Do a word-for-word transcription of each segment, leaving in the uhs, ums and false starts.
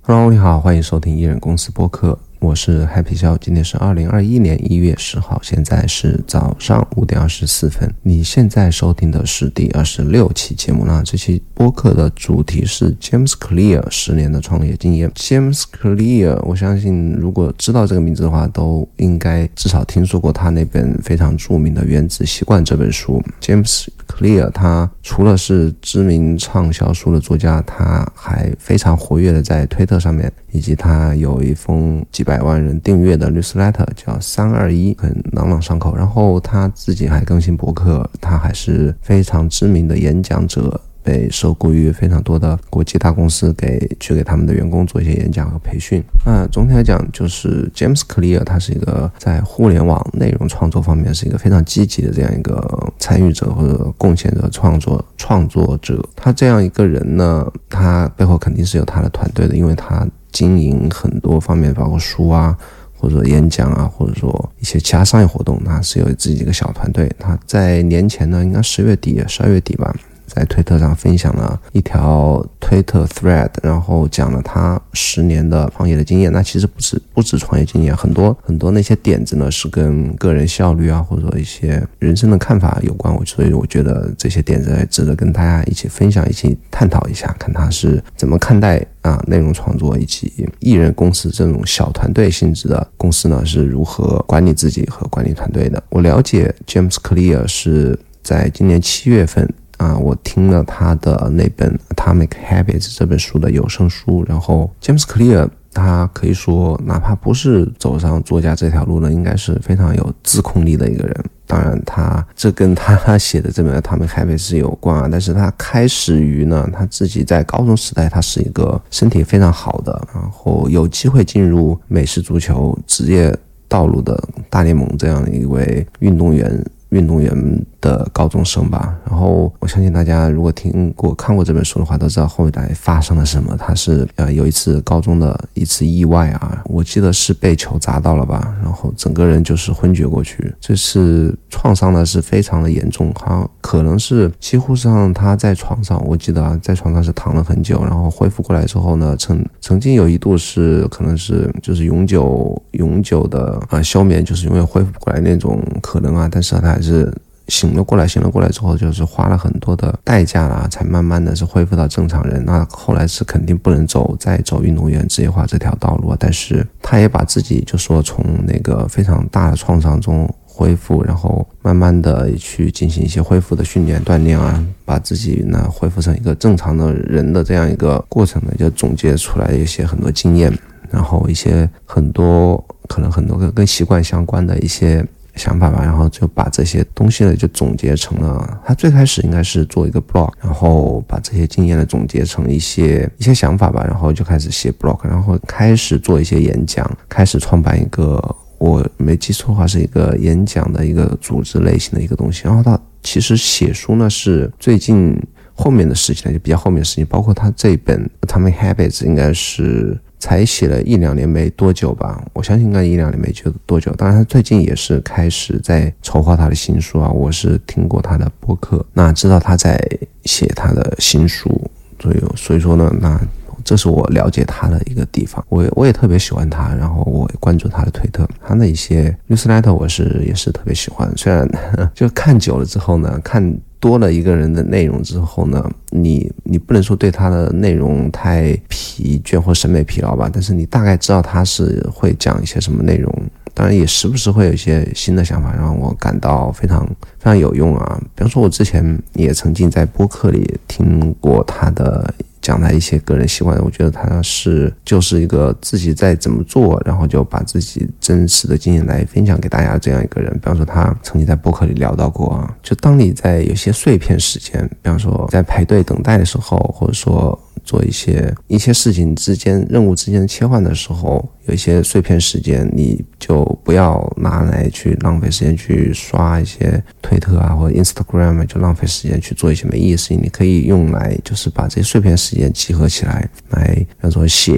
Hello， 你好，欢迎收听艺人公司播客，我是 Happy 肖，今天是二零二一年一月十号，现在是早上五点二十四分。你现在收听的是第二十六期节目，那这期播客的主题是 James Clear 十年的创业经验。James Clear， 我相信如果知道这个名字的话，都应该至少听说过他那本非常著名的《原子习惯》这本书。James Clear 他除了是知名畅销书的作家，他还非常活跃的在推特上面，以及他有一封几百万人订阅的 newsletter 叫三二一，很朗朗上口。然后他自己还更新博客，他还是非常知名的演讲者，被受雇于非常多的国际大公司给去给他们的员工做一些演讲和培训。那总体来讲，就是 James Clear 他是一个在互联网内容创作方面是一个非常积极的这样一个参与者或者贡献者、创作创作者。他这样一个人呢，他背后肯定是有他的团队的，因为他经营很多方面，包括书啊，或者演讲啊，或者说一些其他商业活动，他是有自己一个小团队。他在年前呢，应该十月底、十二月底吧，在推特上分享了一条推特 thread， 然后讲了他十年的创业的经验。那其实不止不止创业经验，很多很多那些点子呢是跟个人效率啊，或者说一些人生的看法有关。所以我觉得这些点子值得跟大家一起分享，一起探讨一下，看他是怎么看待啊内容创作以及艺人公司这种小团队性质的公司呢是如何管理自己和管理团队的。我了解 James Clear 是在今年七月份啊，我听了他的那本 Atomic Habits 这本书的有声书。然后 James Clear 他可以说哪怕不是走上作家这条路呢，应该是非常有自控力的一个人。当然他这跟他写的这本 Atomic Habits 是有关啊，但是他开始于呢，他自己在高中时代他是一个身体非常好的，然后有机会进入美式足球职业道路的大联盟这样一位运动员运动员的高中生吧。然后我相信大家如果听过看过这本书的话，都知道后来发生了什么。他是呃有一次高中的一次意外啊，我记得是被球砸到了吧，然后整个人就是昏厥过去。这次创伤呢是非常的严重，好像可能是几乎上他在床上，我记得啊在床上是躺了很久，然后恢复过来之后呢，曾曾经有一度是可能是就是永久永久的啊休眠，就是永远恢复不过来那种可能啊，但是他还是醒了过来，醒了过来之后就是花了很多的代价啦，才慢慢的是恢复到正常人。那后来是肯定不能走再走运动员职业化这条道路啊，但是他也把自己就说从那个非常大的创伤中恢复，然后慢慢的去进行一些恢复的训练锻炼啊，把自己呢恢复成一个正常的人的这样一个过程呢，就总结出来一些很多经验，然后一些很多可能很多个跟习惯相关的一些想法吧，然后就把这些东西呢就总结成了，他最开始应该是做一个 blog， 然后把这些经验呢总结成一些一些想法吧，然后就开始写 blog， 然后开始做一些演讲，开始创办一个，我没记错的话是一个演讲的一个组织类型的一个东西。然后他其实写书呢是最近后面的事情，就比较后面的事情，包括他这本 Atomic Habits 应该是才写了一两年没多久吧，我相信应该一两年没多久。当然他最近也是开始在筹划他的新书啊，我是听过他的播客，那知道他在写他的新书，所以所以说呢，那这是我了解他的一个地方。我我也特别喜欢他，然后我也关注他的推特，他的一些 newsletter 我是也是特别喜欢。虽然呵呵就看久了之后呢，看多了一个人的内容之后呢，你你不能说对他的内容太疲倦或审美疲劳吧，但是你大概知道他是会讲一些什么内容，当然也时不时会有一些新的想法让我感到非常非常有用啊。比方说我之前也曾经在播客里听过他的讲他一些个人习惯，我觉得他是就是一个自己在怎么做，然后就把自己真实的经验来分享给大家这样一个人。比方说他曾经在播客里聊到过啊，就当你在有些碎片时间，比方说在排队等待的时候，或者说做一些一些事情之间任务之间切换的时候，有一些碎片时间你就不要拿来去浪费时间去刷一些推特啊或者 Instagram， 就浪费时间去做一些没意义的事情。你可以用来就是把这些碎片时间集合起来，来比方说写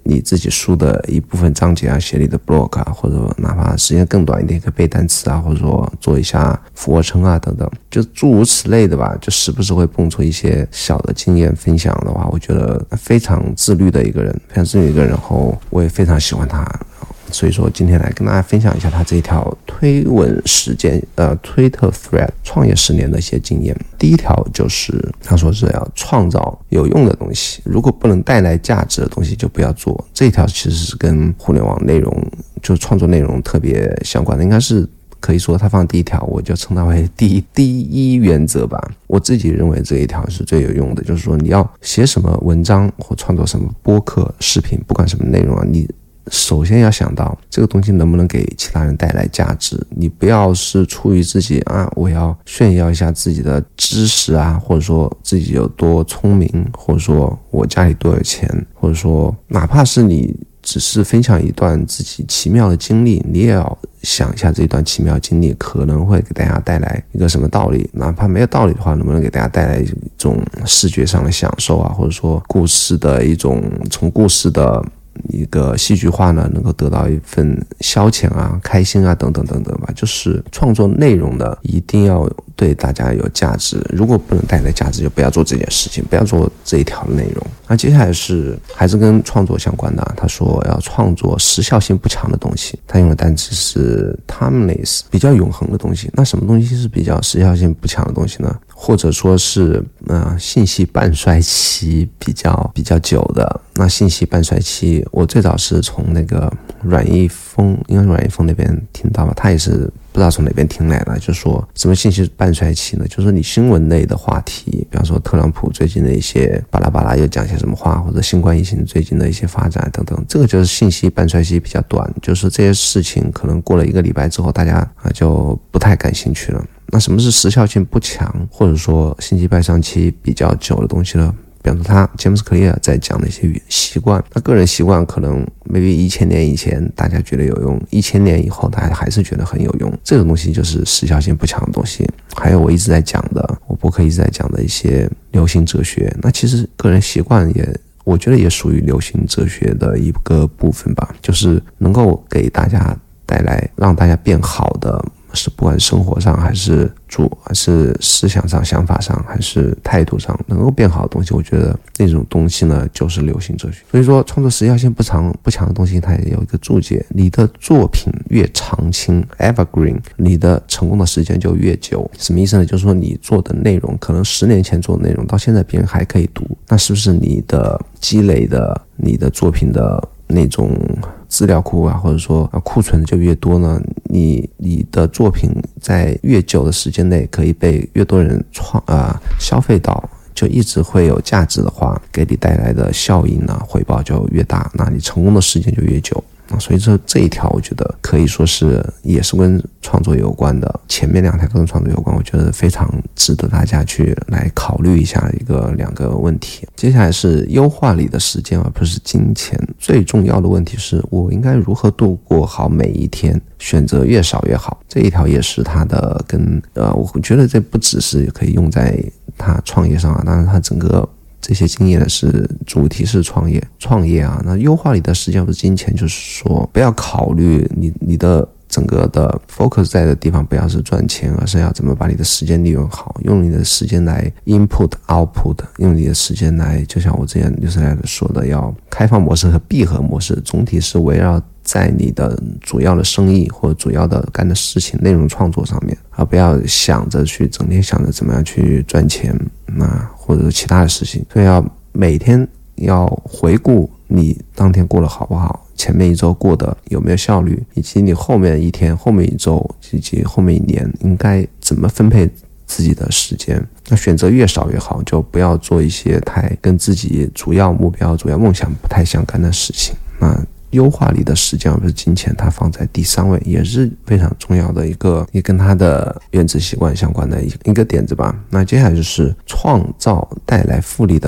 你自己书的一部分章节啊，写你的 blog 啊，或者哪怕时间更短一点，可以背单词啊，或者说做一下俯卧撑啊等等，就诸如此类的吧。就时不时会蹦出一些小的经验分享的话，我觉得非常自律的一个人，非常自律的一个人，然后我也非常喜欢他。所以说今天来跟大家分享一下他这一条推文时间呃 Twitter thread 创业十年的一些经验。第一条就是他说是要创造有用的东西，如果不能带来价值的东西就不要做。这一条其实是跟互联网内容就创作内容特别相关的，应该是可以说他放第一条，我就称它为第一第一原则吧。我自己认为这一条是最有用的，就是说你要写什么文章或创作什么播客视频，不管什么内容啊，你首先要想到这个东西能不能给其他人带来价值。你不要是出于自己啊，我要炫耀一下自己的知识啊，或者说自己有多聪明，或者说我家里多有钱，或者说哪怕是你只是分享一段自己奇妙的经历，你也要想一下这段奇妙经历可能会给大家带来一个什么道理，哪怕没有道理的话，能不能给大家带来一种视觉上的享受啊，或者说故事的一种从故事的一个戏剧化呢，能够得到一份消遣啊、开心啊等等等等吧。就是创作内容的一定要对大家有价值，如果不能带来价值就不要做这件事情，不要做这一条内容。那接下来是还是跟创作相关的、啊、他说要创作时效性不强的东西，他用的单词是 timeless 比较永恒的东西。那什么东西是比较时效性不强的东西呢？或者说是呃信息半衰期比较比较久的。那信息半衰期我最早是从那个阮一峰，应该是阮一峰那边听到吧，他也是不知道从哪边听来的，就说什么信息半衰期呢，就是说你新闻类的话题，比方说特朗普最近的一些巴拉巴拉又讲些什么话，或者新冠疫情最近的一些发展等等，这个就是信息半衰期比较短，就是这些事情可能过了一个礼拜之后大家啊就不太感兴趣了。那什么是时效性不强或者说信息半衰期比较久的东西呢？比方说他 James Clear 在讲的一些习惯，他个人习惯可能 maybe 一千年以前大家觉得有用，一千年以后大家还是觉得很有用，这种东西就是时效性不强的东西。还有我一直在讲的，我博客一直在讲的一些流行哲学，那其实个人习惯也我觉得也属于流行哲学的一个部分吧，就是能够给大家带来让大家变好的，是不管生活上还是主还是思想上想法上还是态度上能够变好的东西，我觉得那种东西呢就是流行哲学。所以说创作时效性不长不强的东西，它也有一个注解，你的作品越长青 evergreen 你的成功的时间就越久。什么意思呢？就是说你做的内容可能十年前做的内容到现在别人还可以读，那是不是你的积累的你的作品的那种资料库啊，或者说啊库存就越多呢？你你的作品在越久的时间内可以被越多人创啊消费到，就一直会有价值的话，给你带来的效应呢回报就越大，那你成功的时间就越久。所以这这一条我觉得可以说是也是跟创作有关的，前面两条都跟创作有关，我觉得非常值得大家去来考虑一下一个两个问题。接下来是优化你的时间而不是金钱，最重要的问题是我应该如何度过好每一天，选择越少越好。这一条也是他的跟呃，我觉得这不只是可以用在他创业上啊，当然他整个这些经验的是主题是创业创业啊。那优化你的时间不是金钱，就是说不要考虑你你的整个的 focus 在的地方不要是赚钱，而是要怎么把你的时间利用好，用你的时间来 input output， 用你的时间来就像我之前就是来说的，要开放模式和闭合模式，总体是围绕在你的主要的生意或者主要的干的事情内容创作上面，而不要想着去整天想着怎么样去赚钱那或者是其他的事情。所以要每天要回顾你当天过得好不好，前面一周过得有没有效率，以及你后面一天后面一周以及后面一年应该怎么分配自己的时间。那选择越少越好，就不要做一些太跟自己主要目标主要梦想不太相干的事情。那优化你的时间而不是金钱，它放在第三位，也是非常重要的一个也跟它的原子习惯相关的一个点子吧。那接下来就是创造带来复利的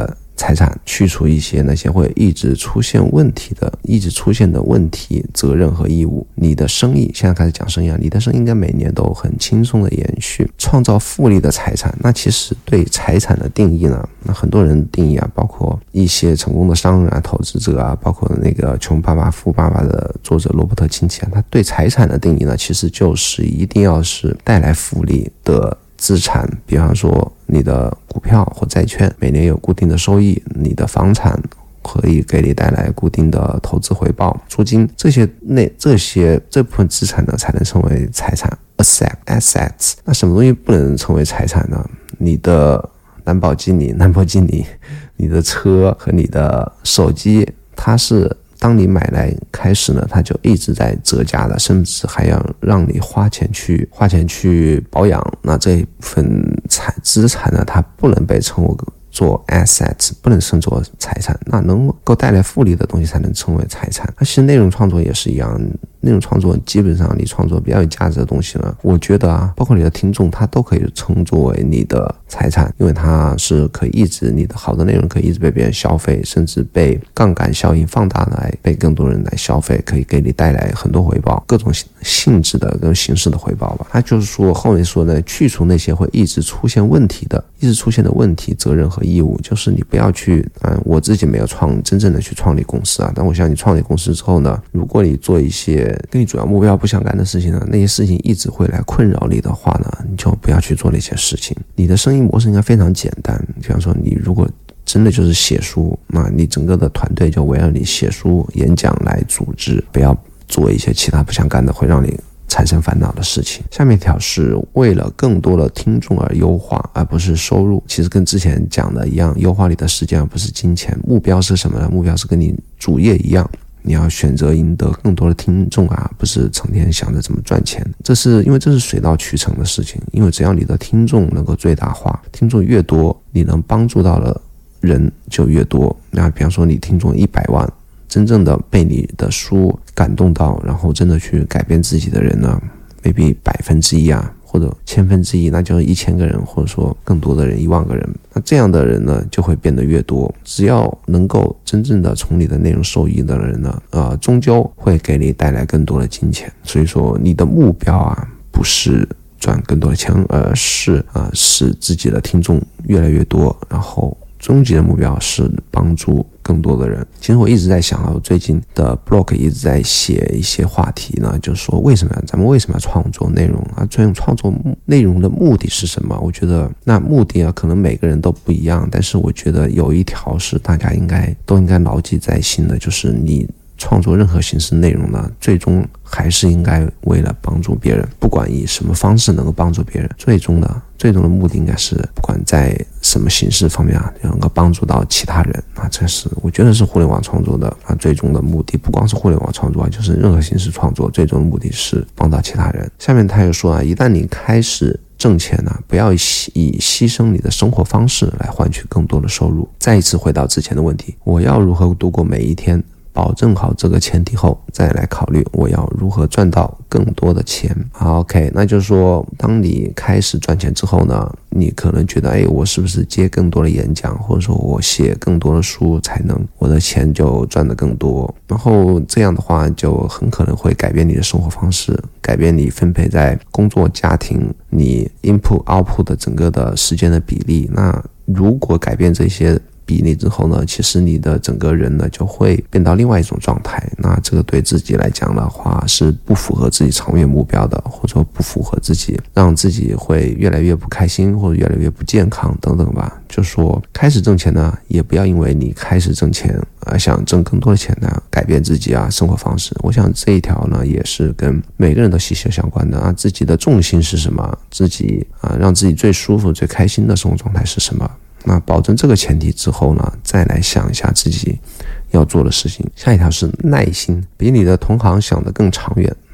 财产，去除一些那些会一直出现问题的一直出现的问题责任和义务。你的生意现在开始讲生意啊，你的生意应该每年都很轻松的延续，创造复利的财产。那其实对财产的定义呢，那很多人定义啊，包括一些成功的商人啊、投资者啊，包括那个穷爸爸富爸爸的作者罗伯特清崎啊，他对财产的定义呢，其实就是一定要是带来复利的资产，比方说你的股票或债券每年有固定的收益，你的房产可以给你带来固定的投资回报、租金，这些那这些这部分资产呢，才能称为财产 asset assets。那什么东西不能称为财产呢？你的兰博基尼、兰博基尼，你的车和你的手机，它是当你买来开始呢，它就一直在折价的，甚至还要让你花钱去花钱去保养。那这一部分财资产呢，它不能被称为做 assets， 不能称作财产。那能够带来复利的东西才能称为财产。那其实内容创作也是一样，内容创作基本上你创作比较有价值的东西呢，我觉得啊，包括你的听众，他都可以称作为你的财产，因为它是可以一直你的好的内容可以一直被别人消费，甚至被杠杆效应放大来被更多人来消费，可以给你带来很多回报，各种性质的跟形式的回报吧。他就是说后面说呢，去除那些会一直出现问题的一直出现的问题责任和义务，就是你不要去嗯，我自己没有创真正的去创立公司啊，但我想你创立公司之后呢，如果你做一些跟你主要目标不相干的事情呢，那些事情一直会来困扰你的话呢，你就不要去做那些事情。你的生意模式应该非常简单，比方说你如果真的就是写书，那你整个的团队就围绕你写书演讲来组织，不要做一些其他不相干的会让你产生烦恼的事情。下面一条是为了更多的听众而优化，而不是收入。其实跟之前讲的一样，优化你的时间而不是金钱。目标是什么呢？目标是跟你主业一样，你要选择赢得更多的听众啊，不是成天想着怎么赚钱。这是因为这是水到渠成的事情，因为只要你的听众能够最大化，听众越多，你能帮助到的人就越多。那比方说你听众一百万，真正的被你的书感动到，然后真的去改变自己的人呢 maybe 百分之一啊，或者千分之一，那就是一千个人，或者说更多的人，一万个人。那这样的人呢就会变得越多，只要能够真正的从你的内容受益的人呢呃，终究会给你带来更多的金钱。所以说你的目标啊不是赚更多的钱，而是啊、呃、使自己的听众越来越多，然后终极的目标是帮助更多的人。其实我一直在想啊，我最近的 blog 一直在写一些话题呢，就是说为什么咱们为什么要创作内容啊？这种创作内容的目的是什么？我觉得那目的啊，可能每个人都不一样，但是我觉得有一条是大家应该都应该牢记在心的，就是你创作任何形式内容呢，最终还是应该为了帮助别人，不管以什么方式能够帮助别人，最终的最终的目的应该是不管在什么形式方面啊，能够帮助到其他人啊，这是我觉得是互联网创作的啊最终的目的。不光是互联网创作啊，就是任何形式创作，最终的目的是帮到其他人。下面他又说啊，一旦你开始挣钱呢、啊，不要以牺牲你的生活方式来换取更多的收入。再一次回到之前的问题，我要如何度过每一天？保证好这个前提后，再来考虑我要如何赚到更多的钱。好 OK， 那就是说当你开始赚钱之后呢，你可能觉得哎，我是不是接更多的演讲，或者说我写更多的书才能我的钱就赚得更多。然后这样的话就很可能会改变你的生活方式，改变你分配在工作家庭你 input output 的整个的时间的比例。那如果改变这些比例之后呢，其实你的整个人呢就会变到另外一种状态。那这个对自己来讲的话是不符合自己长远目标的，或者说不符合自己，让自己会越来越不开心或者越来越不健康等等吧。就说开始挣钱呢，也不要因为你开始挣钱而想挣更多的钱呢，改变自己啊生活方式。我想这一条呢也是跟每个人都息息相关的啊，自己的重心是什么，自己啊让自己最舒服最开心的生活状态是什么。那保证这个前提之后呢，再来想一下自己要做的事情。下一条是耐心，比你的同行想得更长远。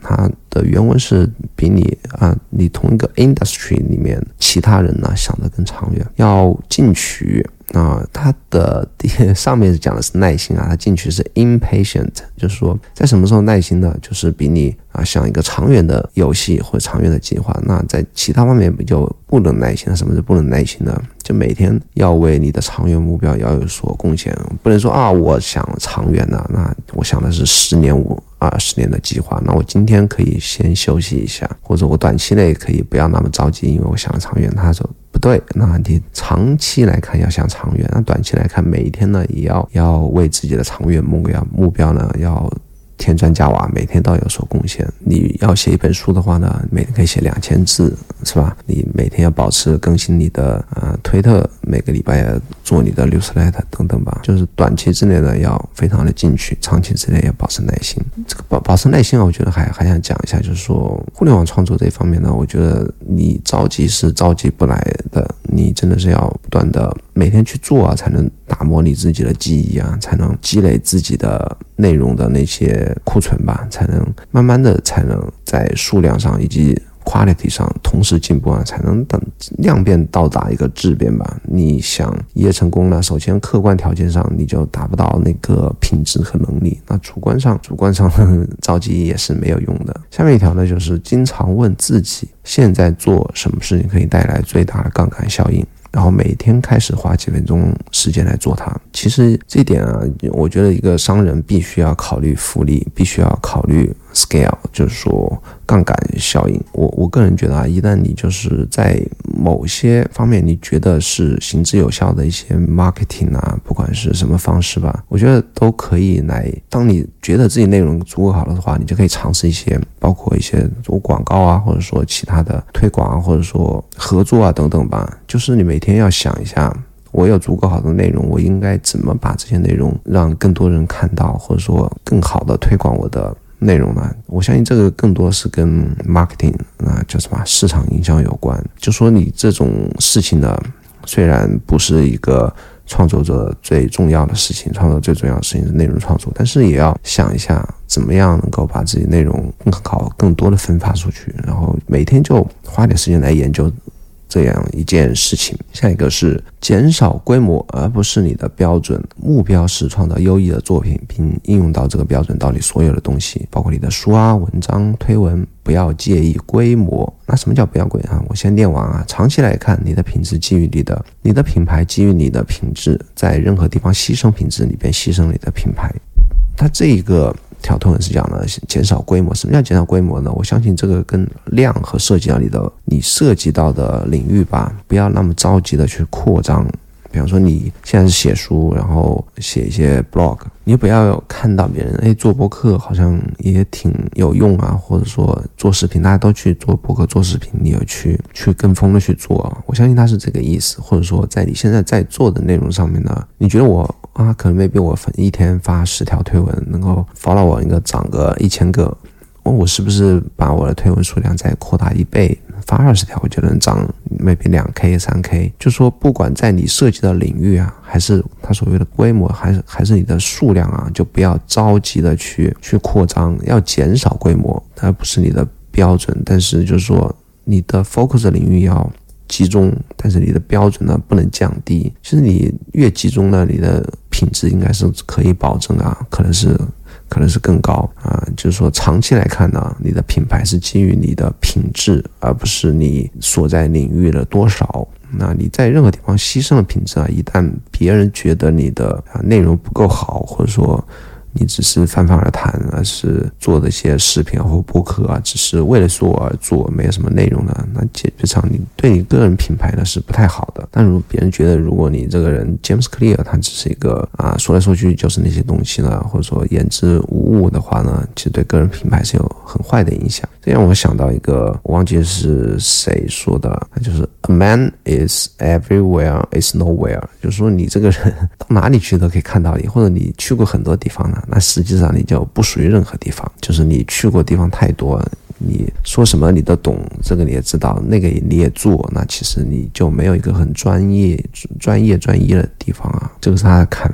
它的原文是比你啊，你同一个 industry 里面其他人呢想得更长远，要进取。啊，它的上面讲的是耐心啊，它进去是 impatient， 就是说在什么时候耐心呢？就是比你啊想一个长远的游戏或者长远的计划。那在其他方面就不能耐心了。什么是不能耐心呢？就每天要为你的长远目标要有所贡献，不能说啊我想长远的，那我想的是十年五二十年的计划，那我今天可以先休息一下，或者我短期内可以不要那么着急，因为我想长远。他说不对，那你长期来看要想长远，那短期来看每一天呢也要要为自己的长远目标目标呢要添砖加瓦，每天都有所贡献。你要写一本书的话呢，每天可以写两千字，是吧？你每天要保持更新你的呃推特，每个礼拜要做你的 newsletter 等等吧。就是短期之内呢要非常的进取，长期之内要保持耐心。这个保保持耐心啊，我觉得还还想讲一下，就是说互联网创作这一方面呢，我觉得你着急是着急不来的，你真的是要不断的每天去做啊，才能打磨你自己的记忆啊，才能积累自己的内容的那些库存吧，才能慢慢的才能在数量上以及 quality 上同时进步啊，才能等量变到达一个质变吧。你想一夜成功呢，首先客观条件上你就达不到那个品质和能力，那主观上主观上着急也是没有用的。下面一条呢，就是经常问自己现在做什么事情可以带来最大的杠杆效应，然后每天开始花几分钟时间来做它。其实这点啊，我觉得一个商人必须要考虑复利，必须要考虑 scale， 就是说杠杆效应。我我个人觉得啊，一旦你就是在某些方面你觉得是行之有效的一些 marketing 啊，不管是什么方式吧，我觉得都可以来。当你觉得自己内容足够好的话，你就可以尝试一些，包括一些做广告啊，或者说其他的推广啊，或者说合作啊等等吧。就是你每天要想一下，我有足够好的内容，我应该怎么把这些内容让更多人看到，或者说更好的推广我的内容呢？我相信这个更多是跟 marketing 啊，叫什么市场营销有关。就说你这种事情呢，虽然不是一个创作者最重要的事情，创作最重要的事情是内容创作，但是也要想一下怎么样能够把自己内容更好更多的分发出去，然后每天就花点时间来研究这样一件事情。下一个是减少规模，而不是你的标准。目标是创造优异的作品，并应用到这个标准到你所有的东西，包括你的书啊、文章、推文。不要介意规模。那什么叫不要规啊？我先念完啊。长期来看，你的品质基于你的，你的品牌基于你的品质，在任何地方牺牲品质，你便牺牲你的品牌。它这一个条推文是讲了减少规模。什么叫减少规模呢？我相信这个跟量和涉及到你的你涉及到的领域吧，不要那么着急的去扩张。比方说你现在是写书，然后写一些 blog， 你不要有看到别人哎做播客好像也挺有用啊，或者说做视频大家都去做播客做视频，你有去去跟风的去做，我相信他是这个意思。或者说在你现在在做的内容上面呢，你觉得我啊可能 maybe 我一天发十条推文能够 follow 我一个涨个一千个，我是不是把我的推文数量再扩大一倍，发二十条我就能涨 maybe 两 K 三 K。 就说不管在你涉及的领域啊，还是它所谓的规模，还是还是你的数量啊，就不要着急的去去扩张，要减少规模，而不是你的标准。但是就是说你的 focus 的领域要集中，但是你的标准呢不能降低。其实你越集中呢，你的品质应该是可以保证啊，可能是可能是更高啊。就是说长期来看呢，你的品牌是基于你的品质，而不是你所在领域的多少。那你在任何地方牺牲了品质啊，一旦别人觉得你的啊内容不够好，或者说你只是泛泛而谈，而是做的一些视频或播客啊，只是为了做而做，没有什么内容的，那基本上你对你个人品牌呢是不太好的。但如果别人觉得如果你这个人 James Clear 他只是一个啊说来说去就是那些东西呢，或者说言之无物的话呢，其实对个人品牌是有很坏的影响。这让我想到一个，我忘记是谁说的，就是 A man is everywhere is nowhere， 就是说你这个人到哪里去都可以看到你，或者你去过很多地方呢，那实际上你就不属于任何地方。就是你去过地方太多，你说什么你都懂，这个你也知道，那个你也做，那其实你就没有一个很专业专业专一的地方啊。这个是他的看法。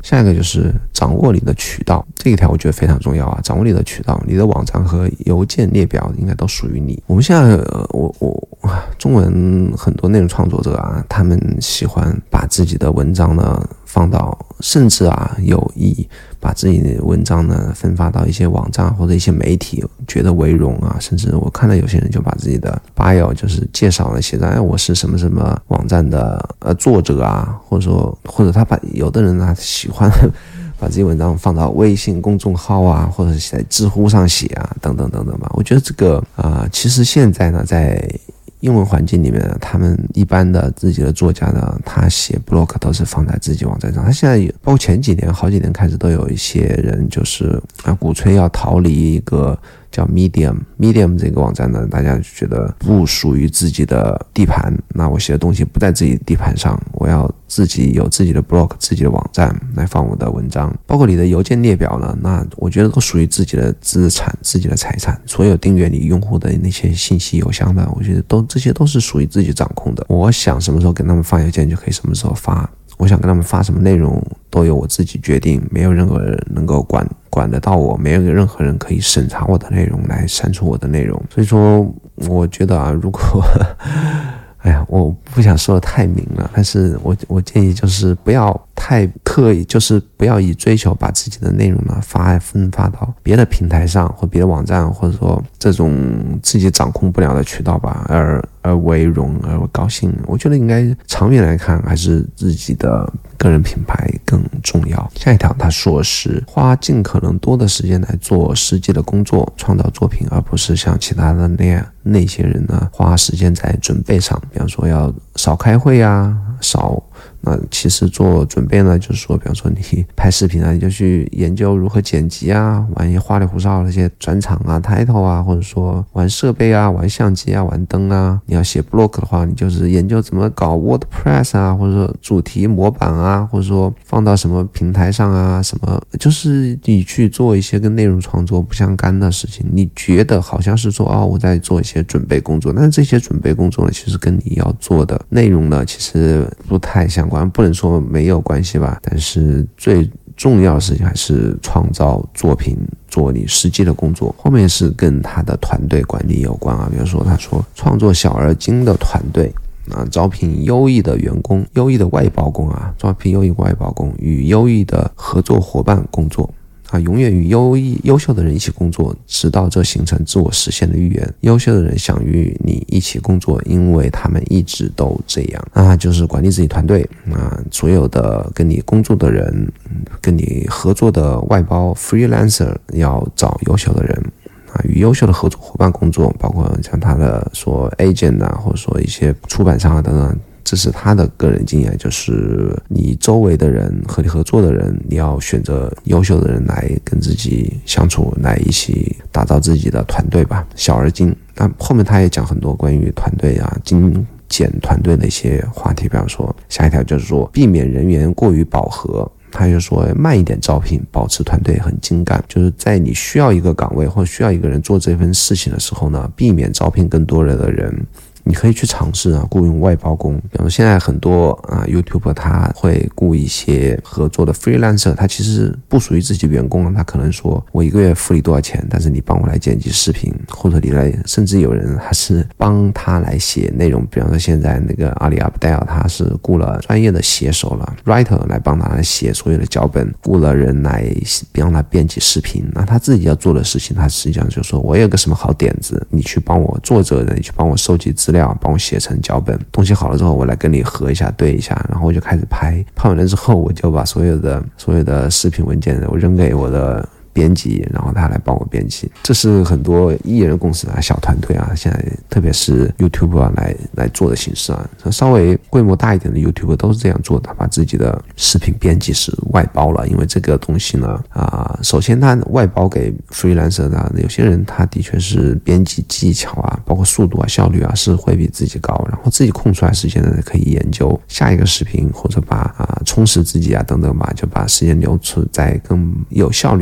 下一个就是掌握你的渠道，这一条我觉得非常重要啊，掌握你的渠道，你的网站和邮件列表应该都属于你。我们现在呃我我中文很多内容创作者啊，他们喜欢把自己的文章呢放到，甚至啊有意把自己的文章呢分发到一些网站或者一些媒体，觉得为荣啊，甚至我看到有些人就把自己的 bio 就是介绍了写上，哎，我是什么什么网站的呃作者啊，或者说或者他把有的人呢喜欢把自己文章放到微信公众号啊，或者是在知乎上写啊，等等等等吧。我觉得这个啊、呃，其实现在呢，在英文环境里面，他们一般的自己的作家呢，他写 blog 都是放在自己网站上。他现在包括前几年、好几年开始，都有一些人就是啊鼓吹要逃离一个叫 Medium，Medium 这个网站呢，大家就觉得不属于自己的地盘，那我写的东西不在自己地盘上，我要自己有自己的 blog、自己的网站来放我的文章。包括你的邮件列表呢，那我觉得都属于自己的资产、自己的财产。所有订阅你用户的那些信息邮箱的，我觉得都这些都是属于自己掌控的。我想什么时候跟他们发邮件就可以什么时候发，我想跟他们发什么内容都由我自己决定，没有任何人能够管管得到我，没有任何人可以审查我的内容来删除我的内容。所以说我觉得啊，如果哎呀，我不想说的太明了，但是我我建议就是不要太刻意，就是不要以追求把自己的内容呢发分发到别的平台上或别的网站，或者说这种自己掌控不了的渠道吧，而而为荣而高兴。我觉得应该长远来看，还是自己的个人品牌更重要。下一条他说是花尽可能多的时间来做实际的工作，创造作品，而不是像其他的那样那些人呢花时间在准备上，比方说要少开会啊，少那其实做准备呢，就是说比方说你拍视频啊，你就去研究如何剪辑啊，玩一些花里胡哨的一些转场啊 title 啊，或者说玩设备啊，玩相机啊，玩灯啊。你要写 blog 的话，你就是研究怎么搞 WordPress 啊，或者说主题模板啊，或者说放到什么平台上啊，什么就是你去做一些跟内容创作不相干的事情。你觉得好像是说哦，我在做一些准备工作，但是这些准备工作呢，其实跟你要做的内容呢，其实不太相关，不能说没有关系吧，但是最重要的事情还是创造作品，做你实际的工作。后面是跟他的团队管理有关啊，比如说他说创作小而精的团队啊，招聘优异的员工、优异的外包工啊，招聘优异外包工，与优异的合作伙伴工作啊，永远与优异优秀的人一起工作，直到这形成自我实现的预言。优秀的人想与你一起工作，因为他们一直都这样啊，就是管理自己团队啊，所有的跟你工作的人，跟你合作的外包 freelancer 要找优秀的人啊，与优秀的合作伙伴工作，包括像他的说 agent 啊，或者说一些出版商啊等等。这是他的个人经验，就是你周围的人和你合作的人，你要选择优秀的人来跟自己相处，来一起打造自己的团队吧，小而精。那后面他也讲很多关于团队啊、精简团队的一些话题，比方说下一条就是说避免人员过于饱和。他就说慢一点招聘，保持团队很精干，就是在你需要一个岗位或需要一个人做这份事情的时候呢，避免招聘更多人的人。你可以去尝试啊，雇佣外包工，比方说现在很多啊 YouTuber 他会雇一些合作的 freelancer， 他其实不属于自己员工，他可能说我一个月付你多少钱，但是你帮我来剪辑视频，或者你来，甚至有人他是帮他来写内容，比方说现在那个阿里阿布戴尔他是雇了专业的写手了 writer 来帮他来写所有的脚本，雇了人来帮他编辑视频，那他自己要做的事情，他实际上就是说我有个什么好点子，你去帮我作者的，你去帮我收集资料，帮我写成脚本，东西好了之后我来跟你合一下对一下，然后我就开始拍，拍完了之后我就把所有的所有的视频文件我扔给我的编辑，然后他来帮我编辑。这是很多艺人公司啊、小团队啊，现在特别是 YouTuber 啊来来做的形式啊，稍微规模大一点的 YouTuber 都是这样做的，把自己的视频编辑是外包了，因为这个东西呢啊，首先他外包给 freelancer 的，有些人他的确是编辑技巧啊，包括速度啊、效率啊是会比自己高，然后自己空出来时间呢可以研究下一个视频，或者把啊充实自己啊等等吧，就把时间留出在更有效率的事情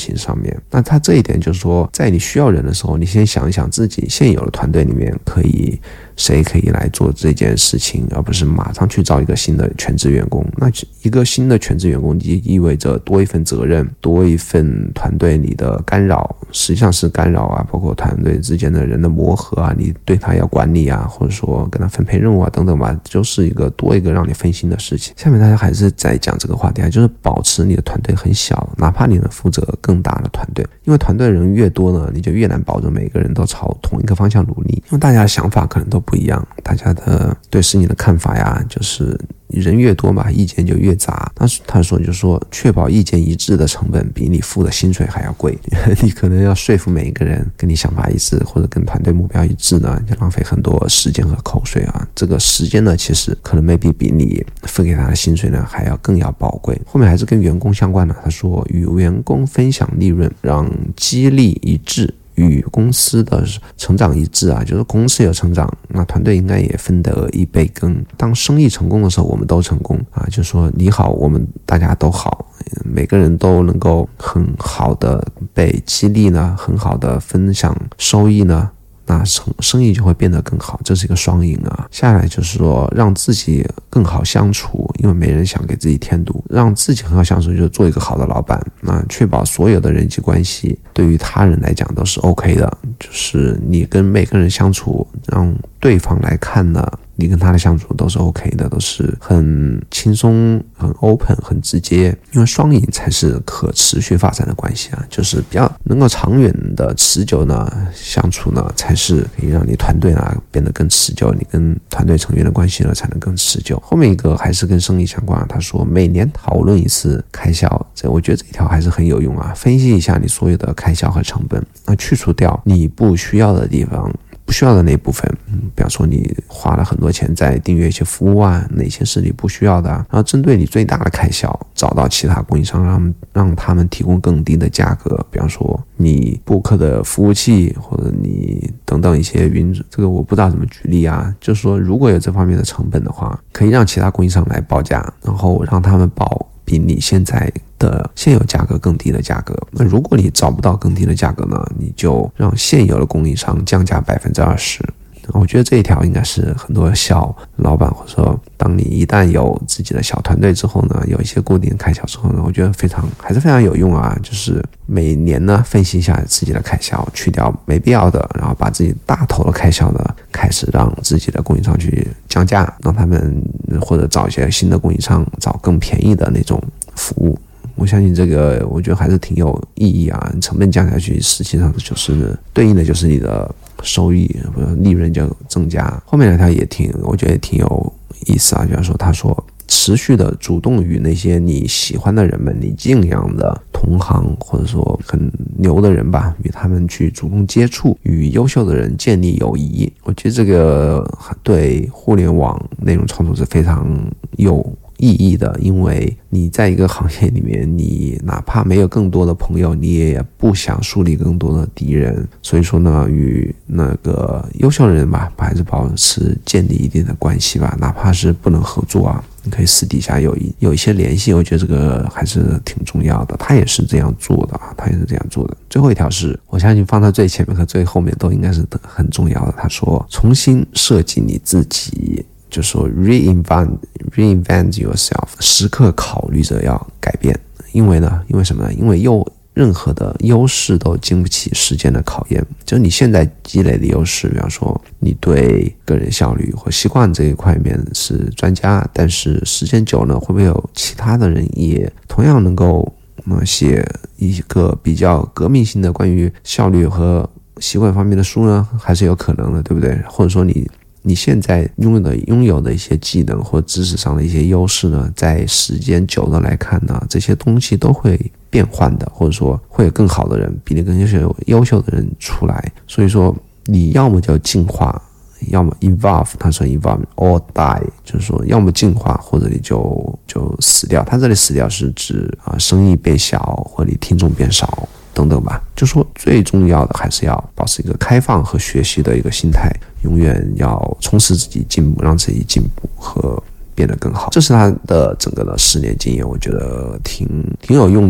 情上面。那他这一点就是说，在你需要人的时候，你先想一想自己现有的团队里面可以谁可以来做这件事情，而不是马上去招一个新的全职员工。那一个新的全职员工意意味着多一份责任，多一份团队里的干扰，实际上是干扰啊，包括团队之间的人的磨合啊，你对他要管理啊，或者说跟他分配任务啊等等吧，就是一个多一个让你分心的事情。下面大家还是在讲这个话题啊，就是保持你的团队很小，哪怕你能负责更大的团队，因为团队人越多呢，你就越难保证每个人都朝同一个方向努力，因为大家的想法可能都不一样，大家的对事情的看法呀，就是人越多嘛，意见就越杂。但是他说就是说，确保意见一致的成本比你付的薪水还要贵。你可能要说服每一个人跟你想法一致，或者跟团队目标一致呢，就浪费很多时间和口水啊。这个时间呢，其实可能 maybe 比你付给他的薪水呢还要更要宝贵。后面还是跟员工相关的，他说与员工分享利润，让激励一致。与公司的成长一致啊，就是公司有成长，那团队应该也分得一杯羹。当生意成功的时候，我们都成功啊，就是说你好，我们大家都好，每个人都能够很好的被激励呢，很好的分享收益呢，那生意就会变得更好，这是一个双赢啊。下来就是说让自己更好相处，因为没人想给自己添堵，让自己很好相处，就是做一个好的老板，那确保所有的人际关系对于他人来讲都是 OK 的，就是你跟每个人相处，让对方来看呢，你跟他的相处都是 OK 的，都是很轻松、很 open、很直接，因为双赢才是可持续发展的关系啊，就是比较能够长远的持久呢相处呢，才是可以让你团队呢变得更持久，你跟团队成员的关系呢才能更持久。后面一个还是跟生意相关，他说每年讨论一次开销，这我觉得这一条还是很有用啊，分析一下你所有的开销和成本，那去除掉你不需要的地方。不需要的那部分，嗯，比方说你花了很多钱在订阅一些服务啊，哪些是你不需要的啊，然后针对你最大的开销，找到其他供应商，让让他们提供更低的价格，比方说你播客的服务器，或者你等等一些云，这个我不知道怎么举例啊，就是说如果有这方面的成本的话，可以让其他供应商来报价，然后让他们报比你现在的现有价格更低的价格。那如果你找不到更低的价格呢，你就让现有的供应商降价 百分之二十。我觉得这一条应该是很多小老板，或者说当你一旦有自己的小团队之后呢，有一些固定开销之后呢，我觉得非常还是非常有用啊，就是每年呢分析一下自己的开销，去掉没必要的，然后把自己大头的开销呢开始让自己的供应商去降价，让他们或者找一些新的供应商，找更便宜的那种服务。我相信这个我觉得还是挺有意义啊，成本降下去实际上就是对应的就是你的收益利润就增加。后面两条也挺我觉得也挺有意思啊，比方说他说持续的主动与那些你喜欢的人们，你敬仰的同行或者说很牛的人吧，与他们去主动接触，与优秀的人建立友谊。我觉得这个对互联网内容创作是非常有意义的，因为你在一个行业里面，你哪怕没有更多的朋友，你也不想树立更多的敌人，所以说呢，与那个优秀的人吧，还是保持建立一定的关系吧，哪怕是不能合作啊，你可以私底下有一有一些联系，我觉得这个还是挺重要的。他也是这样做的啊，他也是这样做的。最后一条是我相信放在最前面和最后面都应该是很重要的。他说重新设计你自己，就说 reinvent reinvent yourself， 时刻考虑着要改变。因为呢，因为什么呢？因为又任何的优势都经不起时间的考验。就是你现在积累的优势，比方说你对个人效率或习惯这一块面是专家，但是时间久了，会不会有其他的人也同样能够呃写一个比较革命性的关于效率和习惯方面的书呢？还是有可能的，对不对？或者说你你现在拥有的拥有的一些技能或知识上的一些优势呢，在时间久了来看呢，这些东西都会变换的，或者说会有更好的人，比你更优秀优秀的人出来。所以说你要么就进化，要么 evolve， 他说 evolve or die， 就是说要么进化或者你就就死掉。他这里死掉是指啊生意变小或者你听众变少等等吧。就说最重要的还是要保持一个开放和学习的一个心态，永远要充实自己进步，让自己进步和变得更好。这是他的整个的十年经验，我觉得挺挺有用的，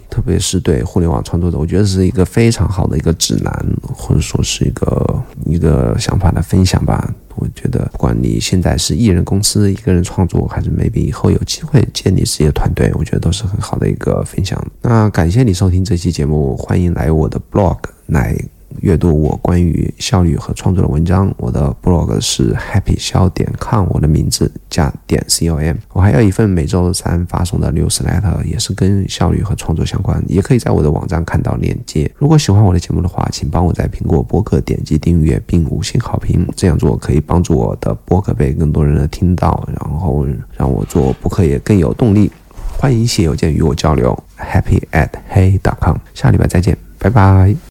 特别是对互联网创作者，我觉得是一个非常好的一个指南，或者说是一个一个想法的分享吧。我觉得不管你现在是艺人公司一个人创作，还是 maybe 以后有机会建立自己的团队，我觉得都是很好的一个分享。那感谢你收听这期节目，欢迎来我的 blog 来阅读我关于效率和创作的文章。我的 blog 是 happy 肖点 com， 我的名字加点 com。 我还有一份每周三发送的 newsletter， 也是跟效率和创作相关，也可以在我的网站看到链接。如果喜欢我的节目的话，请帮我在苹果播客点击订阅并五星好评，这样做可以帮助我的播客被更多人的听到，然后让我做播客也更有动力。欢迎写邮件与我交流 happy at hey dot com。 下礼拜再见，拜拜。